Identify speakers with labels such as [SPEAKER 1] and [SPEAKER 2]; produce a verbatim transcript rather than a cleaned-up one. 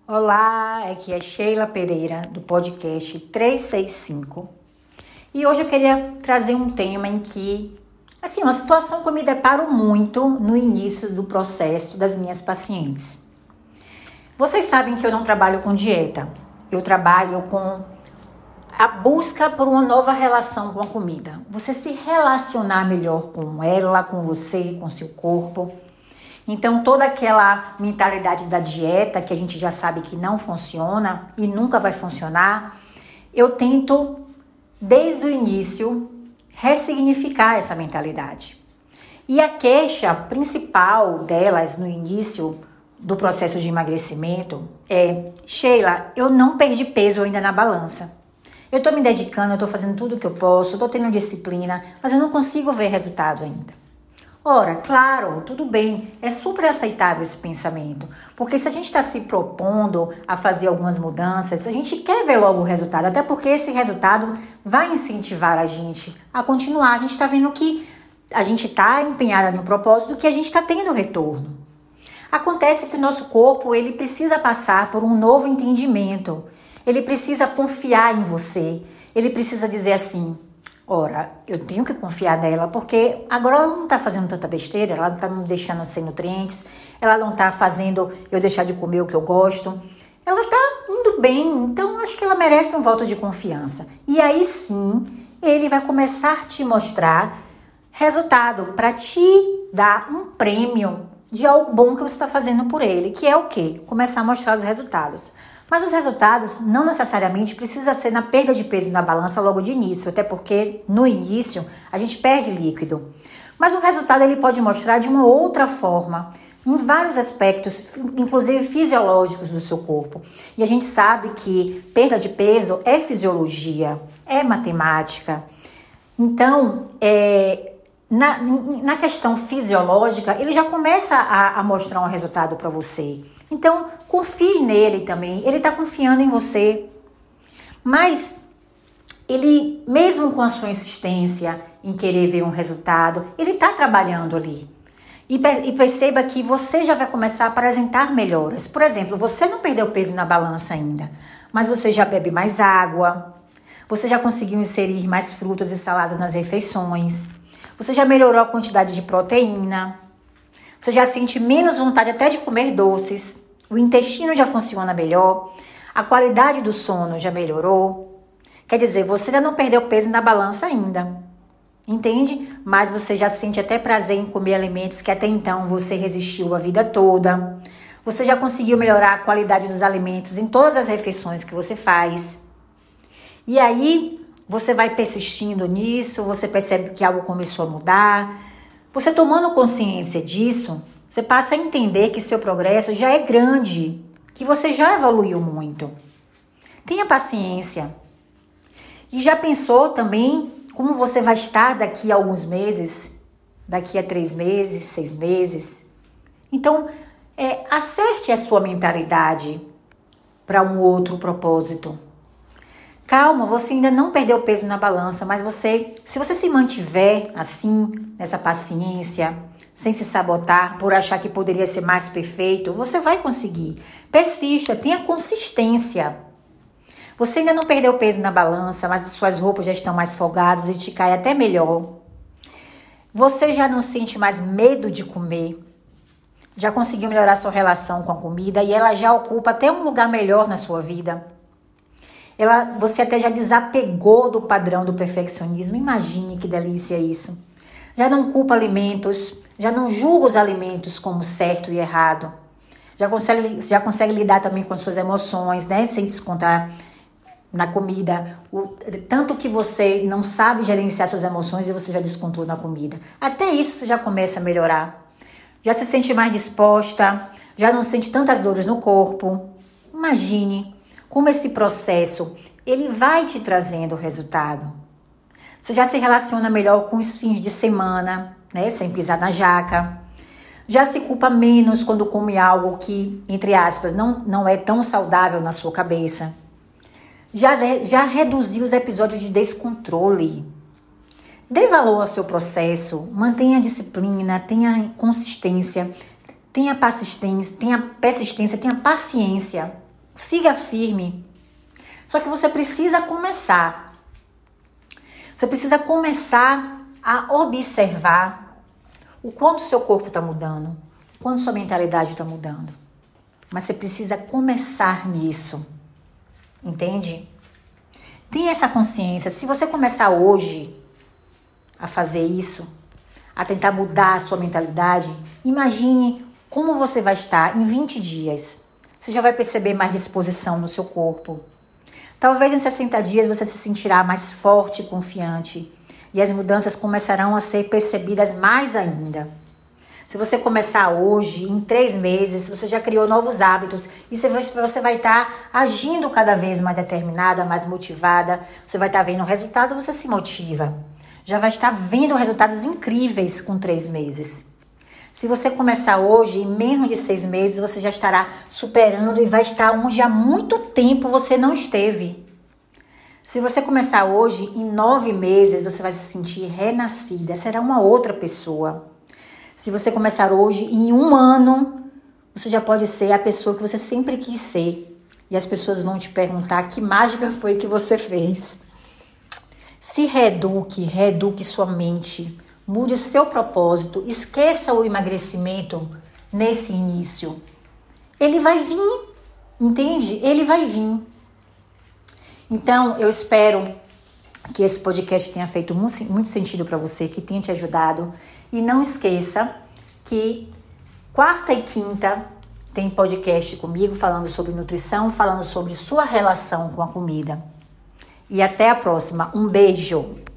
[SPEAKER 1] Olá, aqui é Sheila Pereira do podcast trezentos e sessenta e cinco e hoje eu queria trazer um tema em que, assim, uma situação que eu me deparo muito no início do processo das minhas pacientes. Vocês sabem que eu não trabalho com dieta, eu trabalho com a busca por uma nova relação com a comida. Você se relacionar melhor com ela, com você, com seu corpo. Então, toda aquela mentalidade da dieta, que a gente já sabe que não funciona e nunca vai funcionar, eu tento, desde o início, ressignificar essa mentalidade. E a queixa principal delas no início do processo de emagrecimento é: Sheila, eu não perdi peso ainda na balança. Eu estou me dedicando, eu estou fazendo tudo o que eu posso, estou tendo disciplina, mas eu não consigo ver resultado ainda. Ora, claro, tudo bem, é super aceitável esse pensamento, porque se a gente está se propondo a fazer algumas mudanças, a gente quer ver logo o resultado, até porque esse resultado vai incentivar a gente a continuar. A gente está vendo que a gente está empenhada no propósito, que a gente está tendo retorno. Acontece que o nosso corpo, ele precisa passar por um novo entendimento, ele precisa confiar em você, ele precisa dizer assim: ora, eu tenho que confiar nela, porque agora ela não está fazendo tanta besteira, ela não está me deixando sem nutrientes, ela não está fazendo eu deixar de comer o que eu gosto, ela está indo bem, então acho que ela merece um voto de confiança. E aí sim, ele vai começar a te mostrar resultado, para te dar um prêmio de algo bom que você está fazendo por ele, que é o quê? Começar a mostrar os resultados. Mas os resultados não necessariamente precisa ser na perda de peso na balança logo de início, até porque no início a gente perde líquido. Mas o resultado ele pode mostrar de uma outra forma, em vários aspectos, inclusive fisiológicos do seu corpo. E a gente sabe que perda de peso é fisiologia, é matemática. Então, é, na, na questão fisiológica, ele já começa a, a mostrar um resultado para você. Então, confie nele também, ele está confiando em você, mas ele, mesmo com a sua insistência em querer ver um resultado, ele está trabalhando ali. E, e perceba que você já vai começar a apresentar melhoras. Por exemplo, você não perdeu peso na balança ainda, mas você já bebe mais água, você já conseguiu inserir mais frutas e saladas nas refeições, você já melhorou a quantidade de proteína, você já sente menos vontade até de comer doces, o intestino já funciona melhor, a qualidade do sono já melhorou. Quer dizer, você ainda não perdeu peso na balança ainda, entende? Mas você já sente até prazer em comer alimentos que até então você resistiu a vida toda. Você já conseguiu melhorar a qualidade dos alimentos em todas as refeições que você faz. E aí, você vai persistindo nisso, você percebe que algo começou a mudar. Você tomando consciência disso, você passa a entender que seu progresso já é grande, que você já evoluiu muito. Tenha paciência. E já pensou também como você vai estar daqui a alguns meses, daqui a três meses, seis meses? Então, é, acerte a sua mentalidade para um outro propósito. Calma, você ainda não perdeu peso na balança, mas você, se você se mantiver assim, nessa paciência, sem se sabotar por achar que poderia ser mais perfeito, você vai conseguir. Persista, tenha consistência. Você ainda não perdeu peso na balança, mas suas roupas já estão mais folgadas e te cai até melhor. Você já não sente mais medo de comer. Já conseguiu melhorar sua relação com a comida e ela já ocupa até um lugar melhor na sua vida. Ela, você até já desapegou do padrão do perfeccionismo. Imagine que delícia isso. Já não culpa alimentos, já não julga os alimentos como certo e errado. Já consegue, já consegue lidar também com as suas emoções, né? Sem descontar na comida. O, tanto que você não sabe gerenciar suas emoções e você já descontou na comida. Até isso você já começa a melhorar. Já se sente mais disposta, já não sente tantas dores no corpo. Imagine como esse processo, ele vai te trazendo o resultado. Você já se relaciona melhor com os fins de semana, né? Sem pisar na jaca. Já se culpa menos quando come algo que, entre aspas, não, não é tão saudável na sua cabeça. Já, já reduziu os episódios de descontrole. Dê valor ao seu processo, mantenha a disciplina, tenha consistência, tenha persistência, tenha persistência, tenha paciência. siga firme. Só que você precisa começar. Você precisa começar a observar o quanto seu corpo está mudando, o quanto sua mentalidade está mudando. Mas você precisa começar nisso. Entende? Tenha essa consciência. Se você começar hoje a fazer isso, a tentar mudar a sua mentalidade, imagine como você vai estar em vinte dias. Você já vai perceber mais disposição no seu corpo. Talvez em sessenta dias você se sentirá mais forte e confiante. E as mudanças começarão a ser percebidas mais ainda. Se você começar hoje, em três meses, você já criou novos hábitos. E você vai estar agindo cada vez mais determinada, mais motivada. Você vai estar vendo o resultado, você se motiva. Já vai estar vendo resultados incríveis com três meses. Se você começar hoje, em menos de seis meses, você já estará superando e vai estar onde há muito tempo você não esteve. Se você começar hoje, em nove meses, você vai se sentir renascida. Será uma outra pessoa. Se você começar hoje, em um ano, você já pode ser a pessoa que você sempre quis ser. E as pessoas vão te perguntar que mágica foi que você fez. Se reeduque, reeduque sua mente. Mude o seu propósito. Esqueça o emagrecimento nesse início. Ele vai vir, entende? Ele vai vir. Então, eu espero que esse podcast tenha feito muito sentido para você, que tenha te ajudado. E não esqueça que quarta e quinta tem podcast comigo falando sobre nutrição, falando sobre sua relação com a comida. E até a próxima. Um beijo!